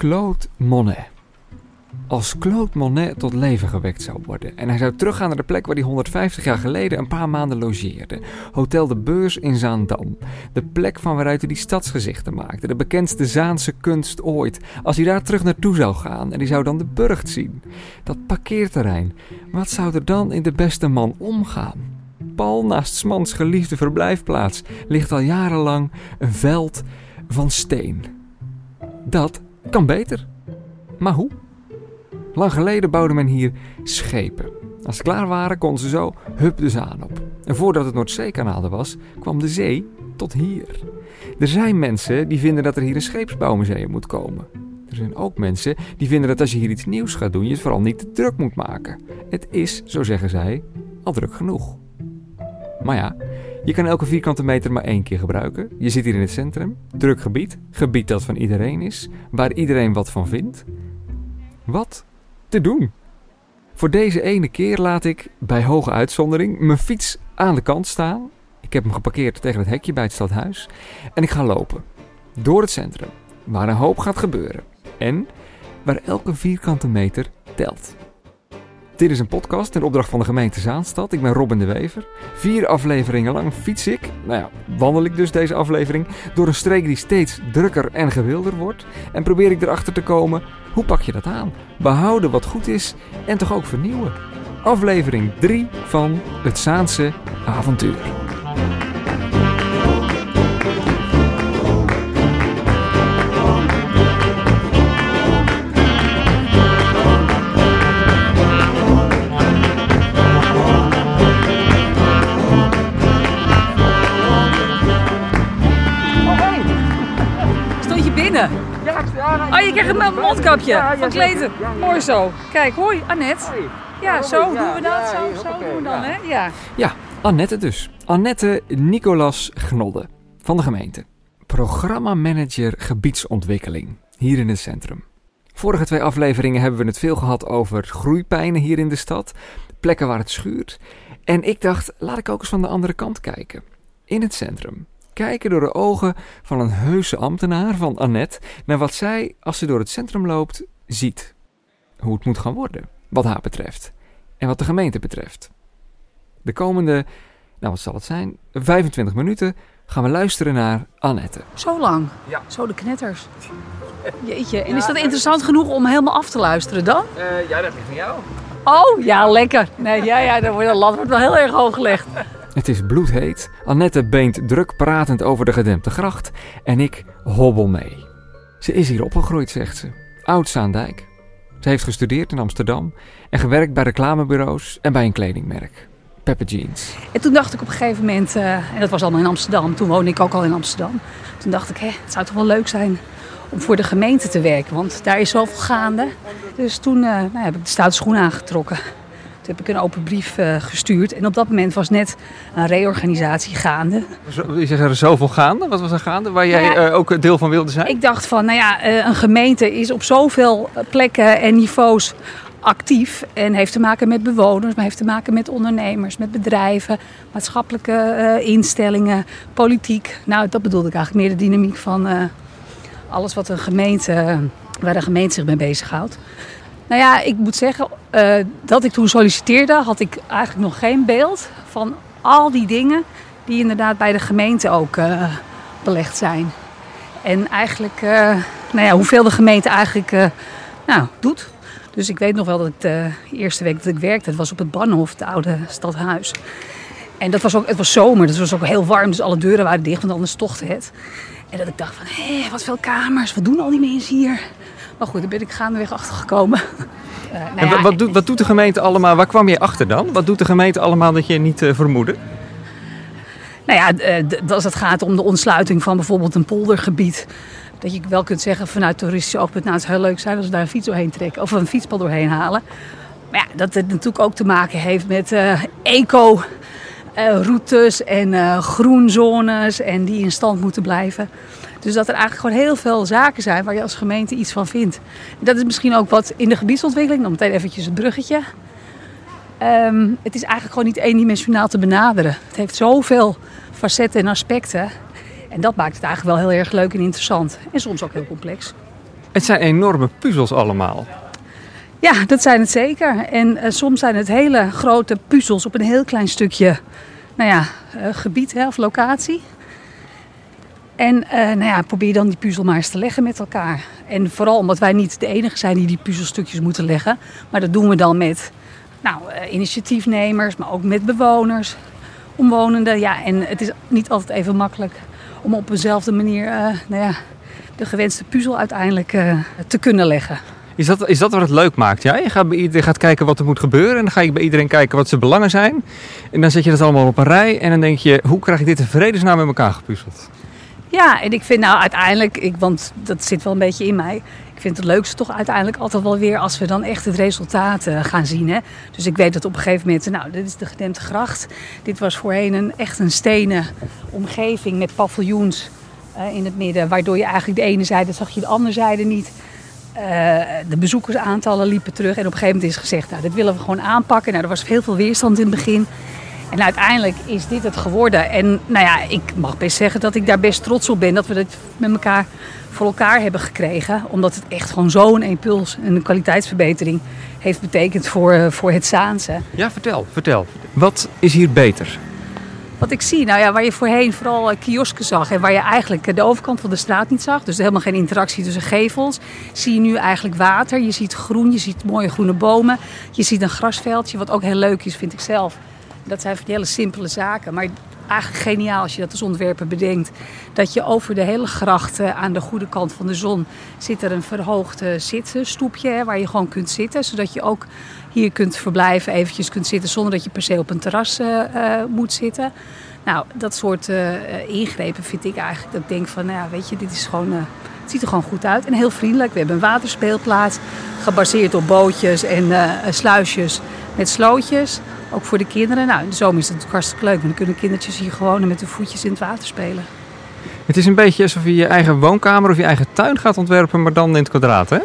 Claude Monet. Als Claude Monet tot leven gewekt zou worden en hij zou teruggaan naar de plek waar hij 150 jaar geleden een paar maanden logeerde. Hotel de Beurs in Zaandam. De plek van waaruit hij die stadsgezichten maakte. De bekendste Zaanse kunst ooit. Als hij daar terug naartoe zou gaan en hij zou dan de burcht zien. Dat parkeerterrein. Wat zou er dan in de beste man omgaan? Pal naast 's mans geliefde verblijfplaats ligt al jarenlang een veld van steen. Dat kan beter. Maar hoe? Lang geleden bouwde men hier schepen. Als ze klaar waren, konden ze zo hup de Zaan op. En voordat het Noordzeekanaal er was, kwam de zee tot hier. Er zijn mensen die vinden dat er hier een scheepsbouwmuseum moet komen. Er zijn ook mensen die vinden dat als je hier iets nieuws gaat doen, je het vooral niet te druk moet maken. Het is, zo zeggen zij, al druk genoeg. Maar ja, je kan elke vierkante meter maar 1 keer gebruiken. Je zit hier in het centrum, druk gebied, gebied dat van iedereen is, waar iedereen wat van vindt. Wat te doen? Voor deze ene keer laat ik, bij hoge uitzondering, mijn fiets aan de kant staan. Ik heb hem geparkeerd tegen het hekje bij het stadhuis. En ik ga lopen. Door het centrum. Waar een hoop gaat gebeuren. En waar elke vierkante meter telt. Dit is een podcast in opdracht van de gemeente Zaanstad. Ik ben Robin de Wever. 4 afleveringen lang fiets ik, wandel ik dus deze aflevering, door een streek die steeds drukker en gewilder wordt. En probeer ik erachter te komen, hoe pak je dat aan? Behouden wat goed is en toch ook vernieuwen. Aflevering 3 van het Zaanse avontuur. Oh, je krijgt een mondkapje van Kleten. Mooi zo. Kijk, hoi Annette. Ja, zo doen we dat. Zo doen we dan, hè? Ja, Annette dus. Annette Nicolas Gnodde van de gemeente. Programmamanager gebiedsontwikkeling hier in het centrum. Vorige 2 afleveringen hebben we het veel gehad over groeipijnen hier in de stad. Plekken waar het schuurt. En ik dacht, laat ik ook eens van de andere kant kijken. In het centrum. Kijken door de ogen van een heuse ambtenaar, van Annette, naar wat zij, als ze door het centrum loopt, ziet. Hoe het moet gaan worden, wat haar betreft. En wat de gemeente betreft. De komende, wat zal het zijn, 25 minuten gaan we luisteren naar Annette. Zo lang? Ja. Zo de knetters. Jeetje, en is dat interessant genoeg om helemaal af te luisteren dan? Ja, dat ligt aan jou. Oh, ja, lekker. Nee, dan wordt de lat wel heel erg hoog gelegd. Het is bloedheet. Annette beent druk pratend over de gedempte gracht en ik hobbel mee. Ze is hier opgegroeid, zegt ze. Oud-Zaandijk. Ze heeft gestudeerd in Amsterdam en gewerkt bij reclamebureaus en bij een kledingmerk. Pepper Jeans. En toen dacht ik op een gegeven moment, en dat was allemaal in Amsterdam, toen woonde ik ook al in Amsterdam. Toen dacht ik, het zou toch wel leuk zijn om voor de gemeente te werken, want daar is zoveel gaande. Dus toen heb ik de stoute schoen aangetrokken. Toen heb ik een open brief gestuurd. En op dat moment was net een reorganisatie gaande. Je zegt er zoveel gaande? Wat was er gaande? Waar jij ook deel van wilde zijn? Ik dacht van, een gemeente is op zoveel plekken en niveaus actief. En heeft te maken met bewoners, maar heeft te maken met ondernemers, met bedrijven, maatschappelijke instellingen, politiek. Nou, dat bedoelde ik eigenlijk meer de dynamiek van alles wat waar de gemeente zich mee bezighoudt. Ik moet zeggen, dat ik toen solliciteerde, had ik eigenlijk nog geen beeld van al die dingen die inderdaad bij de gemeente ook belegd zijn. En eigenlijk, hoeveel de gemeente eigenlijk doet. Dus ik weet nog wel dat ik de eerste week dat ik werkte, het was op het Bannenhof, het oude stadhuis. En het was zomer, dus het was ook heel warm, dus alle deuren waren dicht, want anders tochtte het. En dat ik dacht van, wat veel kamers, wat doen al die mensen hier? Maar goed, daar ben ik gaandeweg achter gekomen. Wat doet de gemeente allemaal? Waar kwam je achter dan? Wat doet de gemeente allemaal dat je niet vermoedde? Als het gaat om de ontsluiting van bijvoorbeeld een poldergebied. Dat je wel kunt zeggen vanuit toeristisch oogpunt, het zou heel leuk zijn als we daar een fiets doorheen trekken. Of een fietspad doorheen halen. Maar dat het natuurlijk ook te maken heeft met eco-routes en groenzones en die in stand moeten blijven. Dus dat er eigenlijk gewoon heel veel zaken zijn waar je als gemeente iets van vindt. En dat is misschien ook wat in de gebiedsontwikkeling, dan meteen eventjes het bruggetje. Het is eigenlijk gewoon niet eendimensionaal te benaderen. Het heeft zoveel facetten en aspecten. En dat maakt het eigenlijk wel heel erg leuk en interessant. En soms ook heel complex. Het zijn enorme puzzels allemaal. Ja, dat zijn het zeker. En soms zijn het hele grote puzzels op een heel klein stukje gebied of locatie. En probeer dan die puzzel maar eens te leggen met elkaar. En vooral omdat wij niet de enige zijn die puzzelstukjes moeten leggen. Maar dat doen we dan met initiatiefnemers, maar ook met bewoners, omwonenden. Ja, en het is niet altijd even makkelijk om op eenzelfde manier de gewenste puzzel uiteindelijk te kunnen leggen. Is dat wat het leuk maakt? Ja? Je gaat kijken wat er moet gebeuren en dan ga je bij iedereen kijken wat zijn belangen zijn. En dan zet je dat allemaal op een rij en dan denk je, hoe krijg ik dit in vredesnaam met elkaar gepuzzeld? Ja, en ik vind uiteindelijk, want dat zit wel een beetje in mij. Ik vind het leukste toch uiteindelijk altijd wel weer als we dan echt het resultaat gaan zien. Hè? Dus ik weet dat op een gegeven moment, dit is de gedempte gracht. Dit was voorheen echt een stenen omgeving met paviljoens in het midden. Waardoor je eigenlijk de ene zijde zag je de andere zijde niet. De bezoekersaantallen liepen terug. En op een gegeven moment is gezegd, dit willen we gewoon aanpakken. Er was heel veel weerstand in het begin. En uiteindelijk is dit het geworden. En ik mag best zeggen dat ik daar best trots op ben. Dat we dit met elkaar voor elkaar hebben gekregen. Omdat het echt gewoon zo'n impuls en een kwaliteitsverbetering heeft betekend voor het Zaanse. Ja, vertel. Wat is hier beter? Wat ik zie, waar je voorheen vooral kiosken zag en waar je eigenlijk de overkant van de straat niet zag, dus helemaal geen interactie tussen gevels, zie je nu eigenlijk water. Je ziet groen, je ziet mooie groene bomen, je ziet een grasveldje, wat ook heel leuk is, vind ik zelf. Dat zijn van die hele simpele zaken, maar eigenlijk geniaal als je dat als ontwerper bedenkt. Dat je over de hele gracht aan de goede kant van de zon zit er een verhoogd zitstoepje waar je gewoon kunt zitten, zodat je ook hier kunt verblijven, eventjes kunt zitten zonder dat je per se op een terras moet zitten. Dat soort ingrepen vind ik eigenlijk dat ik denk van, dit is gewoon, het ziet er gewoon goed uit en heel vriendelijk. We hebben een waterspeelplaats gebaseerd op bootjes en sluisjes met slootjes. Ook voor de kinderen. In de zomer is het natuurlijk hartstikke leuk, want dan kunnen kindertjes hier gewoon met hun voetjes in het water spelen. Het is een beetje alsof je je eigen woonkamer of je eigen tuin gaat ontwerpen, maar dan in het kwadraat, hè?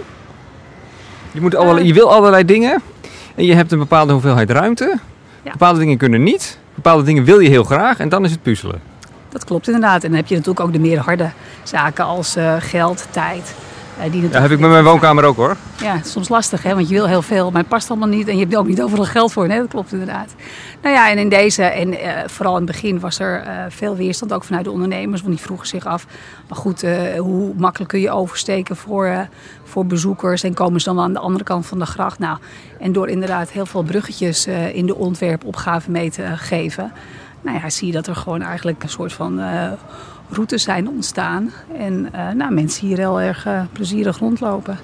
Je wil allerlei dingen. En je hebt een bepaalde hoeveelheid ruimte. Ja. Bepaalde dingen kunnen niet. Bepaalde dingen wil je heel graag. En dan is het puzzelen. Dat klopt inderdaad. En dan heb je natuurlijk ook de meer harde zaken als geld, tijd. Dat heb ik met mijn woonkamer ook hoor. Ja, soms lastig hè. Want je wil heel veel. Maar het past allemaal niet. En je hebt er ook niet overal geld voor. Nee, dat klopt inderdaad. En in deze. En vooral in het begin was er veel weerstand. Ook vanuit de ondernemers. Want die vroegen zich af. Maar goed, hoe makkelijk kun je oversteken voor bezoekers. En komen ze dan wel aan de andere kant van de gracht. En door inderdaad heel veel bruggetjes in de ontwerpopgave mee te geven. Zie je dat er gewoon eigenlijk een soort van routes zijn ontstaan. En mensen hier heel erg plezierig rondlopen.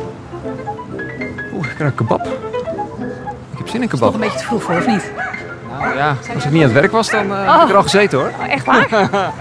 Ik krijg een kebab. Ik heb zin in kebab. Is nog een beetje te vroeg voor, of niet? Nou ja, als ik niet aan het werk was, dan heb ik er al gezeten hoor. Oh, echt waar?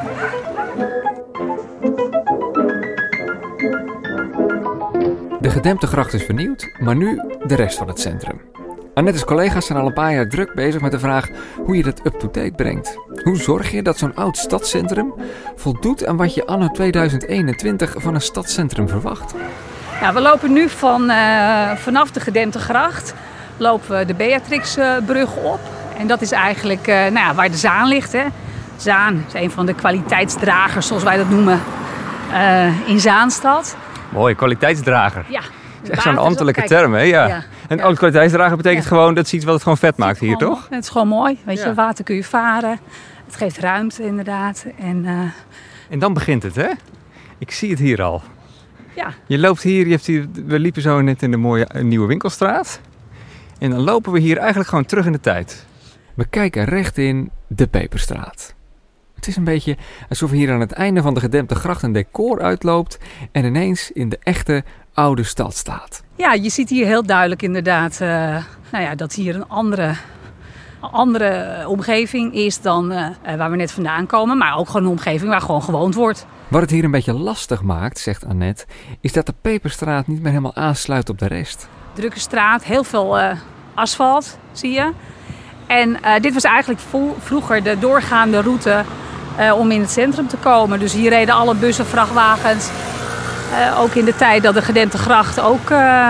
De gedempte gracht is vernieuwd, maar nu de rest van het centrum. Annette's collega's zijn al een paar jaar druk bezig met de vraag hoe je dat up-to-date brengt. Hoe zorg je dat zo'n oud stadscentrum voldoet aan wat je anno 2021 van een stadscentrum verwacht? We lopen nu vanaf de gedempte gracht lopen we de Beatrixbrug op. En dat is eigenlijk waar de Zaan ligt. Hè. Zaan is een van de kwaliteitsdragers, zoals wij dat noemen, in Zaanstad. Mooi, kwaliteitsdrager. Ja. Dat is echt zo'n ambtelijke term, hè? Ja. En oud kwaliteitsdrager betekent gewoon dat is iets wat het gewoon vet maakt hier, toch? Het is gewoon mooi. Weet je, water kun je varen. Het geeft ruimte, inderdaad. En dan begint het, hè? Ik zie het hier al. Ja. Je loopt hier, we liepen zo net in de mooie nieuwe winkelstraat. En dan lopen we hier eigenlijk gewoon terug in de tijd. We kijken recht in de Peperstraat. Het is een beetje alsof hier aan het einde van de gedempte gracht een decor uitloopt en ineens in de echte oude stad staat. Ja, je ziet hier heel duidelijk inderdaad dat hier een andere omgeving is dan waar we net vandaan komen. Maar ook gewoon een omgeving waar gewoon gewoond wordt. Wat het hier een beetje lastig maakt, zegt Annette, is dat de Peperstraat niet meer helemaal aansluit op de rest. Drukke straat, heel veel asfalt, zie je. En dit was eigenlijk vroeger de doorgaande route om in het centrum te komen. Dus hier reden alle bussen, vrachtwagens. Ook in de tijd dat de gedempte gracht ook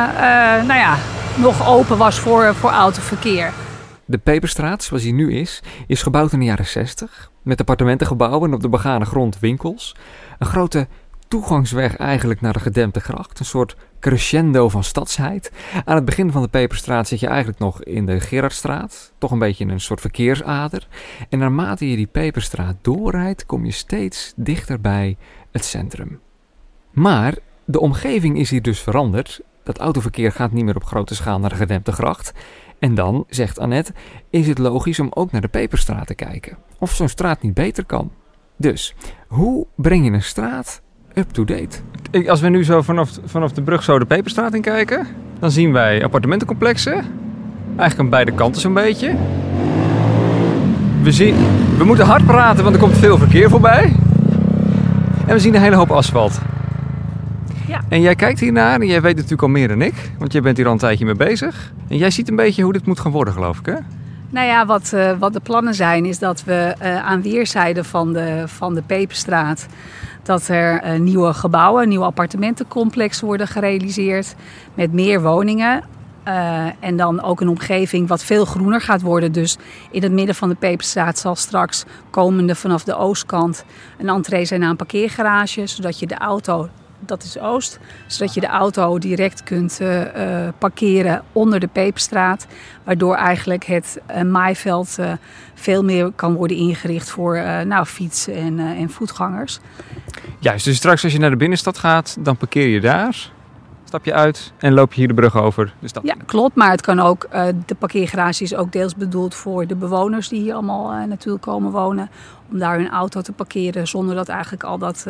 nog open was voor autoverkeer. De Peperstraat, zoals die nu is gebouwd in de jaren 60. Met appartementengebouwen en op de begane grond winkels. Een grote toegangsweg eigenlijk naar de gedempte gracht. Een soort crescendo van stadsheid. Aan het begin van de Peperstraat zit je eigenlijk nog in de Gerardstraat. Toch een beetje een soort verkeersader. En naarmate je die Peperstraat doorrijdt, kom je steeds dichter bij het centrum. Maar de omgeving is hier dus veranderd. Dat autoverkeer gaat niet meer op grote schaal naar de gedempte gracht. En dan, zegt Annette, is het logisch om ook naar de Peperstraat te kijken. Of zo'n straat niet beter kan. Dus, hoe breng je een straat up-to-date? Als we nu zo vanaf de brug zo de Peperstraat in kijken, dan zien wij appartementencomplexen. Eigenlijk aan beide kanten zo'n beetje. We moeten hard praten, want er komt veel verkeer voorbij. En we zien een hele hoop asfalt. Ja. En jij kijkt hiernaar en jij weet natuurlijk al meer dan ik. Want jij bent hier al een tijdje mee bezig. En jij ziet een beetje hoe dit moet gaan worden, geloof ik, hè? Nou ja, wat de plannen zijn is dat we aan weerszijden van de Peperstraat... dat er nieuwe gebouwen, nieuwe appartementencomplexen worden gerealiseerd met meer woningen. En dan ook een omgeving wat veel groener gaat worden. Dus in het midden van de Peperstraat zal straks komende vanaf de oostkant een entree zijn naar een parkeergarage. Zodat je de auto, dat is oost, zodat je de auto direct kunt parkeren onder de Peperstraat. Waardoor eigenlijk het maaiveld veel meer kan worden ingericht voor fietsen en voetgangers. Juist, dus straks als je naar de binnenstad gaat, dan parkeer je daar, stap je uit en loop je hier de brug over de stad. Ja, klopt. Maar het kan ook, de parkeergarage is ook deels bedoeld voor de bewoners die hier allemaal natuurlijk komen wonen. Om daar hun auto te parkeren zonder dat eigenlijk al dat,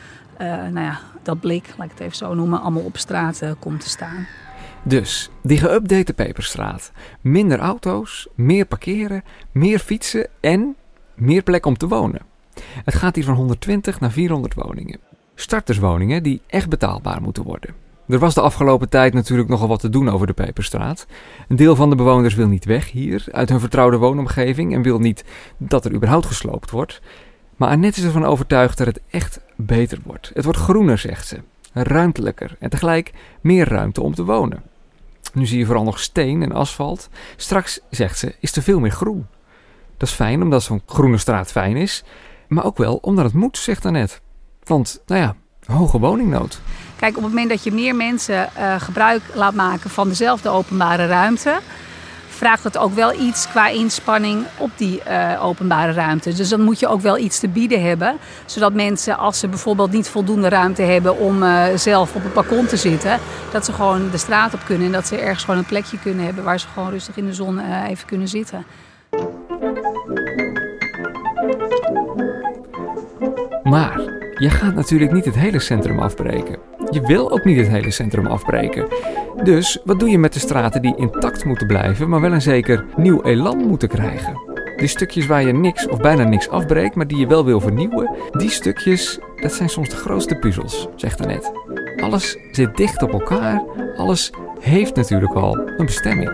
dat blik, laat ik het even zo noemen, allemaal op straat komt te staan. Dus, die geüpdate Peperstraat. Minder auto's, meer parkeren, meer fietsen en meer plek om te wonen. Het gaat hier van 120 naar 400 woningen. Starterswoningen die echt betaalbaar moeten worden. Er was de afgelopen tijd natuurlijk nogal wat te doen over de Peperstraat. Een deel van de bewoners wil niet weg hier, uit hun vertrouwde woonomgeving en wil niet dat er überhaupt gesloopt wordt. Maar Annette is ervan overtuigd dat het echt beter wordt. Het wordt groener, zegt ze. Ruimtelijker en tegelijk meer ruimte om te wonen. Nu zie je vooral nog steen en asfalt. Straks, zegt ze, is er veel meer groen. Dat is fijn omdat zo'n groene straat fijn is. Maar ook wel omdat het moet, zegt Annette. Want, hoge woningnood. Kijk, op het moment dat je meer mensen gebruik laat maken van dezelfde openbare ruimte, vraagt het ook wel iets qua inspanning op die openbare ruimte. Dus dan moet je ook wel iets te bieden hebben. Zodat mensen, als ze bijvoorbeeld niet voldoende ruimte hebben om zelf op het balkon te zitten, dat ze gewoon de straat op kunnen en dat ze ergens gewoon een plekje kunnen hebben waar ze gewoon rustig in de zon even kunnen zitten. Maar je gaat natuurlijk niet het hele centrum afbreken. Je wil ook niet het hele centrum afbreken. Dus wat doe je met de straten die intact moeten blijven, maar wel een zeker nieuw elan moeten krijgen? Die stukjes waar je niks of bijna niks afbreekt, maar die je wel wil vernieuwen, die stukjes, dat zijn soms de grootste puzzels, zegt Annette. Alles zit dicht op elkaar, alles heeft natuurlijk al een bestemming.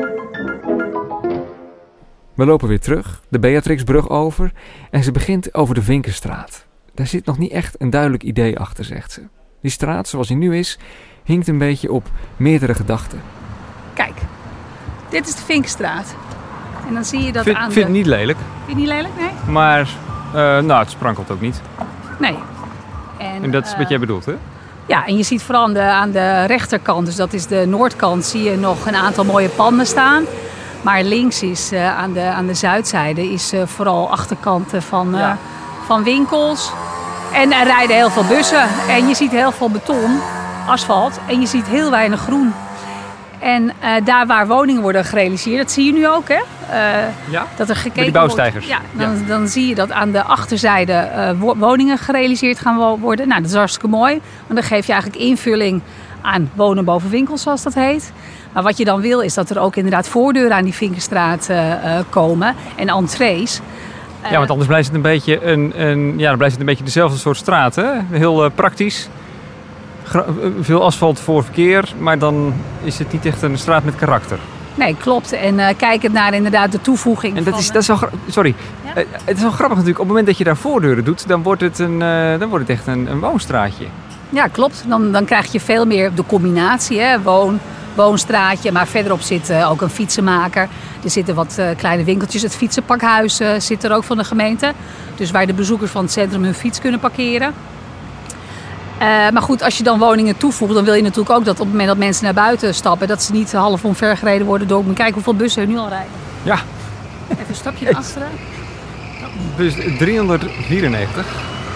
We lopen weer terug, de Beatrixbrug over en ze begint over de Vinkenstraat. Daar zit nog niet echt een duidelijk idee achter, zegt ze. Die straat, zoals die nu is, hinkt een beetje op meerdere gedachten. Kijk, dit is de Vinkenstraat. En dan zie je dat Vind het niet lelijk. Vind je het niet lelijk? Nee? Maar, het sprankelt ook niet. Nee. En dat is wat jij bedoelt, hè? Ja, en je ziet vooral aan de rechterkant, dus dat is de noordkant, zie je nog een aantal mooie panden staan. Maar links is, aan de zuidzijde, is vooral achterkanten van winkels. En er rijden heel veel bussen. En je ziet heel veel beton, asfalt. En je ziet heel weinig groen. En daar waar woningen worden gerealiseerd, dat zie je nu ook, hè? Dat er gekeken met die bouwsteigers. Wordt. Dan zie je dat aan de achterzijde woningen gerealiseerd gaan worden. Nou, dat is hartstikke mooi. Want dan geef je eigenlijk invulling aan wonen boven winkels, zoals dat heet. Maar wat je dan wil, is dat er ook inderdaad voordeuren aan die Vinkenstraat komen. En entrees. Ja, want anders blijft het een beetje dan blijft het een beetje dezelfde soort straat, hè? Heel praktisch. Veel asfalt voor verkeer, maar dan is het niet echt een straat met karakter. Nee, klopt. En kijkend naar inderdaad de toevoeging. En dat is wel sorry. Ja? Het is wel grappig natuurlijk. Op het moment dat je daar voordeuren doet, dan wordt het echt een woonstraatje. Ja, klopt. Dan krijg je veel meer de combinatie, hè? Woonstraatje, maar verderop zit ook een fietsenmaker. Er zitten wat kleine winkeltjes. Het fietsenpakhuis zit er ook van de gemeente. Dus waar de bezoekers van het centrum hun fiets kunnen parkeren. Maar goed, als je dan woningen toevoegt, dan wil je natuurlijk ook dat op het moment dat mensen naar buiten stappen, dat ze niet half omvergereden worden door. Moet kijken hoeveel bussen er nu al rijden. Ja. Even een stapje naar achteren. Bus 394.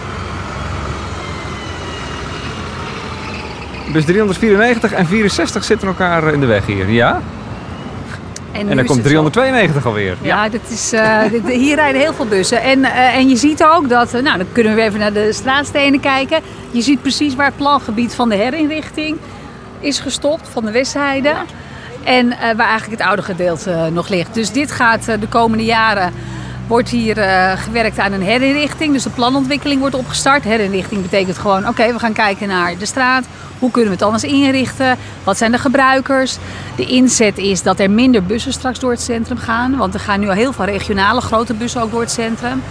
Bus 394 en 64 zitten elkaar in de weg hier, ja? En dan komt 392 alweer. Ja, hier rijden heel veel bussen. En je ziet ook dat, dan kunnen we weer even naar de straatstenen kijken. Je ziet precies waar het plangebied van de herinrichting is gestopt, van de westzijde. Ja. En waar eigenlijk het oude gedeelte nog ligt. Dus dit gaat de komende jaren, wordt hier gewerkt aan een herinrichting. Dus de planontwikkeling wordt opgestart. Herinrichting betekent gewoon, oké, we gaan kijken naar de straat. Hoe kunnen we het anders inrichten? Wat zijn de gebruikers? De inzet is dat er minder bussen straks door het centrum gaan. Want er gaan nu al heel veel regionale grote bussen ook door het centrum.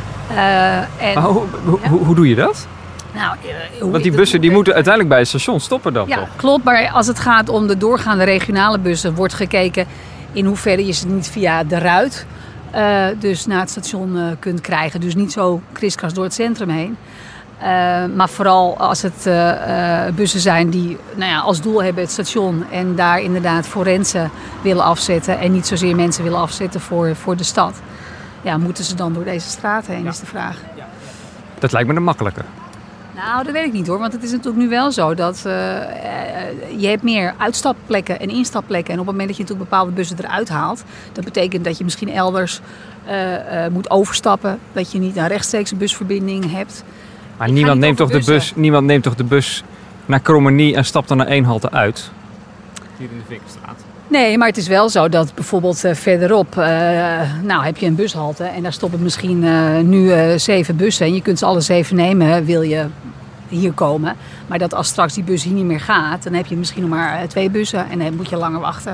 Maar hoe doe je dat? Nou, want die bussen die moeten uiteindelijk bij het station stoppen dan, ja, toch? Klopt. Maar als het gaat om de doorgaande regionale bussen, wordt gekeken in hoeverre je ze niet via de ruit dus naar het station kunt krijgen. Dus niet zo kriskras door het centrum heen. Maar vooral als het bussen zijn die als doel hebben het station en daar inderdaad forensen willen afzetten en niet zozeer mensen willen afzetten voor de stad. Ja, moeten ze dan door deze straat heen, is de vraag. Ja. Dat lijkt me een makkelijker. Nou, dat weet ik niet hoor, want het is natuurlijk nu wel zo dat je hebt meer uitstapplekken en instapplekken. En op het moment dat je natuurlijk bepaalde bussen eruit haalt, dat betekent dat je misschien elders moet overstappen, dat je niet een rechtstreekse busverbinding hebt. Maar niemand neemt toch de bus naar Krommenie en stapt dan naar 1 halte uit? Hier in de Vinkenstraat. Nee, maar het is wel zo dat bijvoorbeeld verderop heb je een bushalte en daar stoppen misschien nu 7 bussen. En je kunt ze alle 7 nemen, wil je hier komen. Maar dat als straks die bus hier niet meer gaat, dan heb je misschien nog maar 2 bussen en dan moet je langer wachten.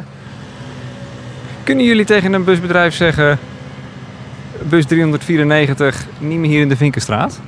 Kunnen jullie tegen een busbedrijf zeggen, bus 394, niet meer hier in de Vinkenstraat?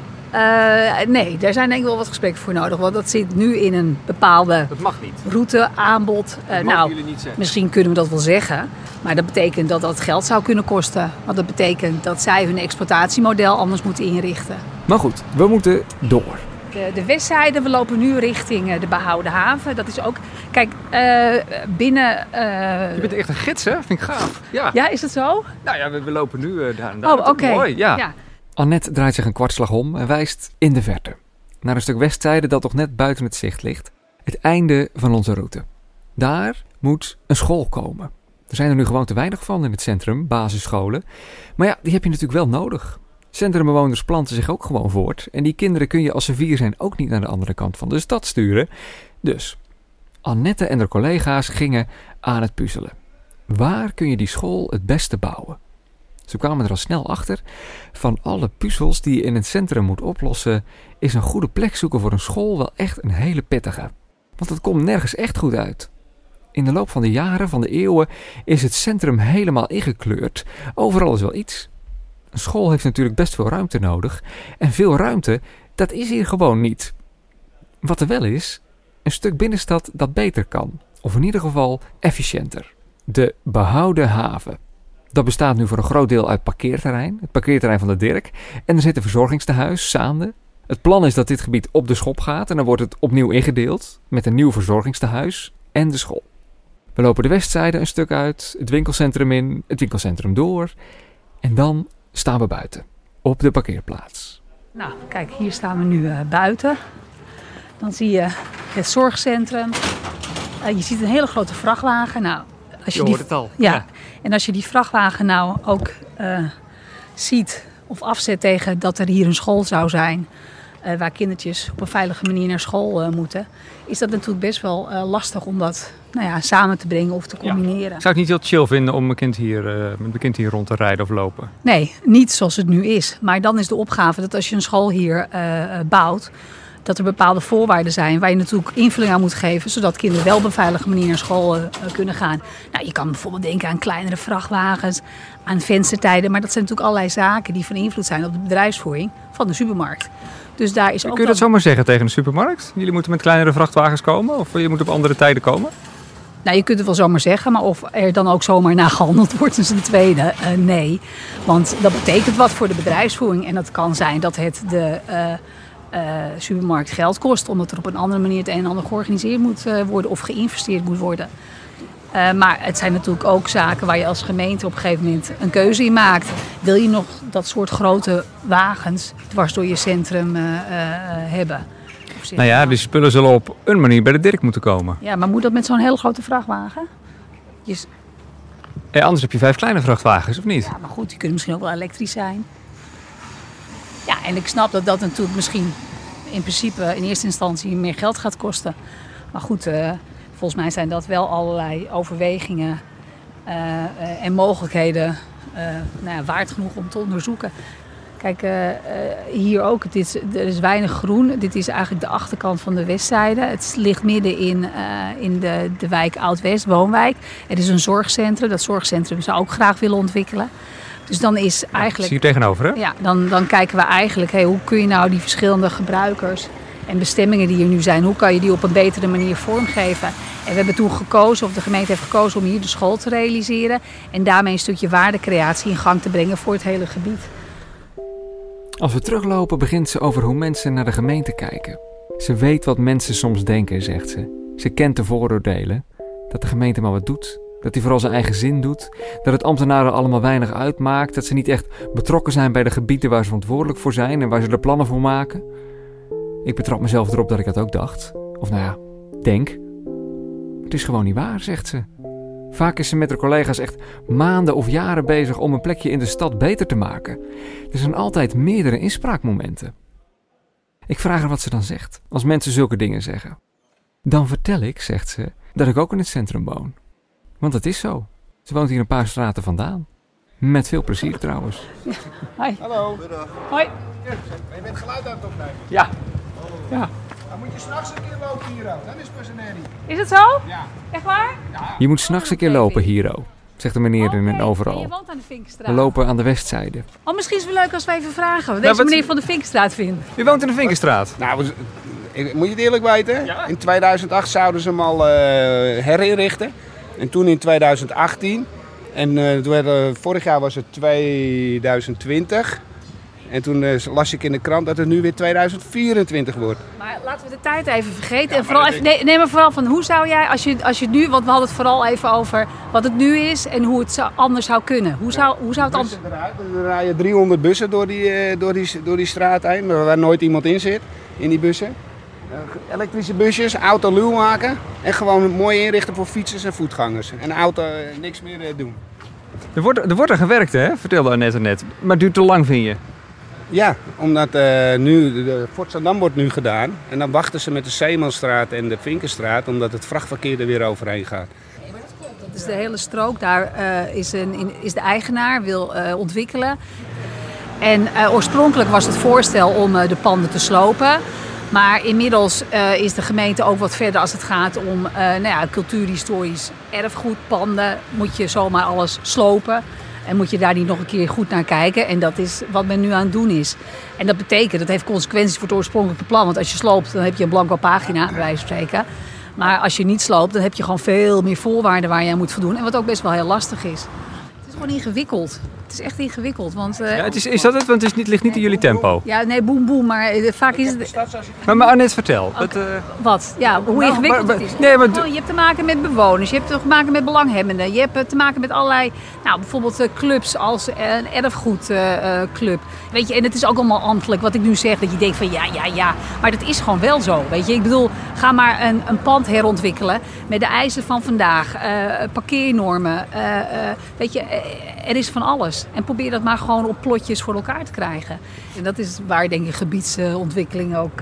Nee, daar zijn denk ik wel wat gesprekken voor nodig. Want dat zit nu in een bepaalde route, aanbod. Dat mogen jullie niet zeggen. Misschien kunnen we dat wel zeggen. Maar dat betekent dat dat geld zou kunnen kosten. Want dat betekent dat zij hun exploitatiemodel anders moeten inrichten. Maar goed, we moeten door. De westzijde, we lopen nu richting de behouden haven. Dat is ook... Kijk, binnen... Je bent echt een gids, hè? Vind ik gaaf. Ja, is dat zo? Nou ja, we lopen nu daar en daar. Oh, oké. Mooi, ja. Annette draait zich een kwartslag om en wijst in de verte. Naar een stuk westzijde dat toch net buiten het zicht ligt. Het einde van onze route. Daar moet een school komen. Er zijn er nu gewoon te weinig van in het centrum, basisscholen. Maar ja, die heb je natuurlijk wel nodig. Centrumbewoners planten zich ook gewoon voort. En die kinderen kun je als ze 4 zijn ook niet naar de andere kant van de stad sturen. Dus Annette en haar collega's gingen aan het puzzelen. Waar kun je die school het beste bouwen? Ze kwamen er al snel achter. Van alle puzzels die je in het centrum moet oplossen, is een goede plek zoeken voor een school wel echt een hele pittige. Want het komt nergens echt goed uit. In de loop van de jaren, van de eeuwen, is het centrum helemaal ingekleurd. Overal is wel iets. Een school heeft natuurlijk best veel ruimte nodig. En veel ruimte, dat is hier gewoon niet. Wat er wel is, een stuk binnenstad dat beter kan. Of in ieder geval efficiënter. De behouden haven. Dat bestaat nu voor een groot deel uit parkeerterrein. Het parkeerterrein van de Dirk. En er zit een verzorgingstehuis, Saande. Het plan is dat dit gebied op de schop gaat. En dan wordt het opnieuw ingedeeld. Met een nieuw verzorgingstehuis en de school. We lopen de westzijde een stuk uit. Het winkelcentrum in. Het winkelcentrum door. En dan staan we buiten. Op de parkeerplaats. Nou, kijk, hier staan we nu buiten. Dan zie je het zorgcentrum. Je ziet een hele grote vrachtwagen. Nou, als je hoort het al. Ja. En als je die vrachtwagen nou ook ziet of afzet tegen dat er hier een school zou zijn, waar kindertjes op een veilige manier naar school moeten, is dat natuurlijk best wel lastig om dat samen te brengen of te combineren. Ja. Zou ik niet heel chill vinden om met mijn kind hier rond te rijden of lopen? Nee, niet zoals het nu is. Maar dan is de opgave dat als je een school hier bouwt, dat er bepaalde voorwaarden zijn waar je natuurlijk invulling aan moet geven, zodat kinderen wel op een veilige manier naar school kunnen gaan. Nou, je kan bijvoorbeeld denken aan kleinere vrachtwagens, aan venstertijden, maar dat zijn natuurlijk allerlei zaken die van invloed zijn op de bedrijfsvoering van de supermarkt. Dus daar is ook kun je dat zomaar zeggen tegen de supermarkt? Jullie moeten met kleinere vrachtwagens komen of je moet op andere tijden komen? Nou, je kunt het wel zomaar zeggen, maar of er dan ook zomaar naar gehandeld wordt is een tweede. Nee, want dat betekent wat voor de bedrijfsvoering. En dat kan zijn dat het de supermarkt geld kost. Omdat er op een andere manier het een en ander georganiseerd moet worden of geïnvesteerd moet worden. Maar het zijn natuurlijk ook zaken waar je als gemeente op een gegeven moment een keuze in maakt. Wil je nog dat soort grote wagens dwars door je centrum hebben? Nou ja, die spullen zullen op een manier bij de Dirk moeten komen. Ja, maar moet dat met zo'n hele grote vrachtwagen? Anders heb je 5 kleine vrachtwagens, of niet? Ja, maar goed, die kunnen misschien ook wel elektrisch zijn. Ja, en ik snap dat dat natuurlijk misschien in principe in eerste instantie meer geld gaat kosten. Maar goed, volgens mij zijn dat wel allerlei overwegingen en mogelijkheden waard genoeg om te onderzoeken. Kijk, hier ook, er is weinig groen. Dit is eigenlijk de achterkant van de westzijde. Het ligt midden in de wijk Oud-West, woonwijk. Er is een zorgcentrum. Dat zorgcentrum zou ook graag willen ontwikkelen. Dus dan is eigenlijk... Zie je tegenover, hè? Ja, dan kijken we eigenlijk, hoe kun je nou die verschillende gebruikers en bestemmingen die er nu zijn, hoe kan je die op een betere manier vormgeven? En we hebben toen gekozen, of de gemeente heeft gekozen om hier de school te realiseren. En daarmee een stukje waardecreatie in gang te brengen voor het hele gebied. Als we teruglopen begint ze over hoe mensen naar de gemeente kijken. Ze weet wat mensen soms denken, zegt ze. Ze kent de vooroordelen. Dat de gemeente maar wat doet. Dat hij vooral zijn eigen zin doet. Dat het ambtenaren allemaal weinig uitmaakt. Dat ze niet echt betrokken zijn bij de gebieden waar ze verantwoordelijk voor zijn. En waar ze de plannen voor maken. Ik betrap mezelf erop dat ik dat ook dacht. Of denk. Het is gewoon niet waar, zegt ze. Vaak is ze met haar collega's echt maanden of jaren bezig om een plekje in de stad beter te maken. Er zijn altijd meerdere inspraakmomenten. Ik vraag haar wat ze dan zegt, als mensen zulke dingen zeggen. Dan vertel ik, zegt ze, dat ik ook in het centrum woon. Want dat is zo. Ze woont hier een paar straten vandaan. Met veel plezier trouwens. Ja. Hoi. Hallo. Hoi. Je bent geluid aan het opnemen. Ja. Ja. Dan moet je s'nachts een keer lopen hier ook. Dan is het pas een herrie. Is het zo? Ja. Echt waar? Je moet 's nachts een keer lopen, Hiro, zegt de meneer in een En je overal. woont aan de Vinkstraat. We lopen aan de westzijde. Oh, misschien is het wel leuk als we even vragen wat deze wat- meneer van de Vinkstraat vindt. U woont in de Vinkenstraat. Nou, moet je het eerlijk weten? Ja. In 2008 zouden ze hem al herinrichten. En toen in 2018. En vorig jaar was het 2020. En toen las ik in de krant dat het nu weer 2024 wordt. Maar laten we de tijd even vergeten. En vooral even, nee, maar vooral van hoe zou jij, als je nu, want we hadden het vooral even over wat het nu is en hoe het anders zou kunnen. Hoe zou het anders... Bussen eruit. Er rijden 300 bussen door die straat heen, waar nooit iemand in zit, in die bussen. Elektrische busjes, auto luw maken en gewoon mooi inrichten voor fietsers en voetgangers. En auto niks meer doen. Er wordt aan gewerkt, hè? Vertelde Annette net. Maar het duurt te lang, vind je? Ja, omdat nu de Fort Zandam wordt nu gedaan. En dan wachten ze met de Zeemanstraat en de Vinkenstraat, omdat het vrachtverkeer er weer overheen gaat. Dat is de hele strook. Daar is de eigenaar, wil ontwikkelen. En oorspronkelijk was het voorstel om de panden te slopen. Maar inmiddels is de gemeente ook wat verder als het gaat om cultuurhistorisch erfgoedpanden. Moet je zomaar alles slopen. En moet je daar niet nog een keer goed naar kijken. En dat is wat men nu aan het doen is. En dat betekent, dat heeft consequenties voor het oorspronkelijke plan. Want als je sloopt, dan heb je een blanco pagina, bij wijze van spreken. Maar als je niet sloopt, dan heb je gewoon veel meer voorwaarden waar je aan moet voldoen. En wat ook best wel heel lastig is. Het is gewoon ingewikkeld. Het is echt ingewikkeld. Want, Ja, is dat het? Want het ligt niet in jullie tempo. Ja, nee, boem, maar vaak is het... Maar Annette, vertel. Wat? Ja, hoe ingewikkeld het is. Nee, maar Je hebt te maken met bewoners, je hebt te maken met belanghebbenden. Je hebt te maken met allerlei, bijvoorbeeld clubs als een erfgoedclub. Weet je, en het is ook allemaal ambtelijk wat ik nu zeg. Dat je denkt van ja. Maar dat is gewoon wel zo, weet je. Ik bedoel, ga maar een pand herontwikkelen met de eisen van vandaag. Parkeernormen. Weet je, er is van alles. En probeer dat maar gewoon op plotjes voor elkaar te krijgen. En dat is waar, denk ik, gebiedsontwikkeling ook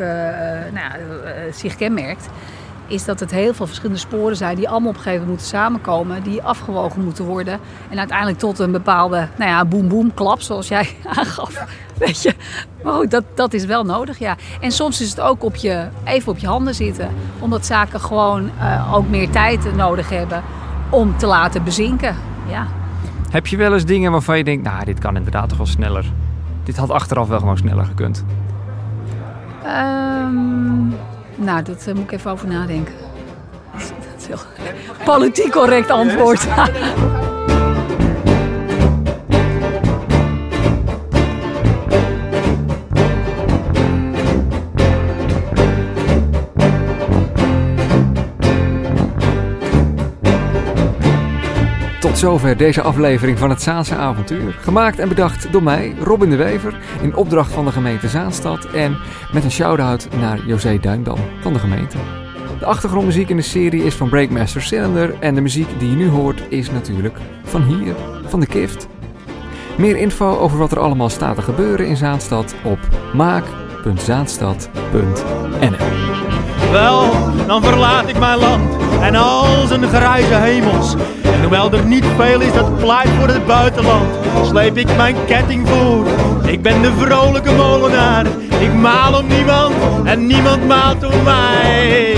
zich kenmerkt. Is dat het heel veel verschillende sporen zijn die allemaal op een gegeven moment moeten samenkomen. Die afgewogen moeten worden. En uiteindelijk tot een bepaalde, boem, klap, zoals jij aangaf. Weet je. Maar goed, dat is wel nodig, ja. En soms is het ook even op je handen zitten. Omdat zaken gewoon ook meer tijd nodig hebben om te laten bezinken. Ja. Heb je wel eens dingen waarvan je denkt, dit kan inderdaad toch wel sneller. Dit had achteraf wel gewoon sneller gekund. Dat moet ik even over nadenken. Dat is heel politiek correct antwoord. Tot zover deze aflevering van het Zaanse Avontuur. Gemaakt en bedacht door mij, Robin de Wever, in opdracht van de gemeente Zaanstad en met een shout-out naar José Duindam van de gemeente. De achtergrondmuziek in de serie is van Breakmaster Cylinder en de muziek die je nu hoort is natuurlijk van hier, van de Kift. Meer info over wat er allemaal staat te gebeuren in Zaanstad op maak.zaanstad.nl. Wel, dan verlaat ik mijn land en al zijn grijze hemels. En hoewel er niet veel is dat pleit voor het buitenland, sleep ik mijn ketting voort. Ik ben de vrolijke molenaar, ik maal om niemand en niemand maalt om mij.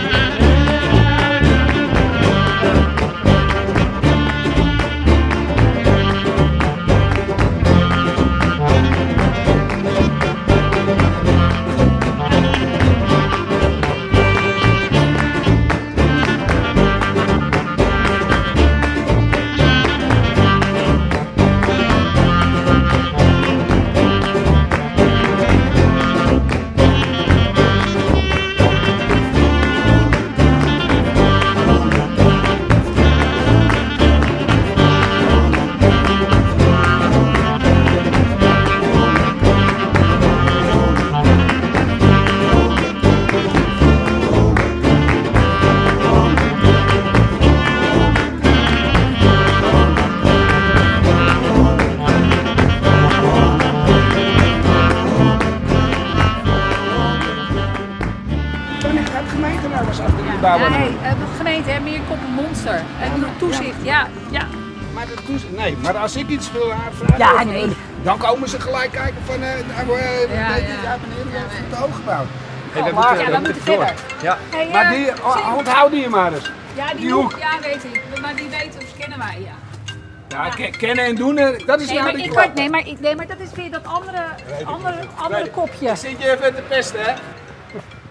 De gemeente heeft meer kop een monster. En toezicht, ja. Maar, nee, maar als ik iets wil aanvragen, Ja, nee. dan komen ze gelijk kijken van meneer, u heeft het te hoog gebouwd. Hey, we moeten verder. Ja. Hey, Maar die, onthoud die maar eens. Ja, die hoek. Ja, weet ik. Maar die weten, dus kennen wij, ja. Ja, kennen en doen, dat is nou de klap. Nee, maar dat is weer dat andere kopje. Zit je even te pesten, hè?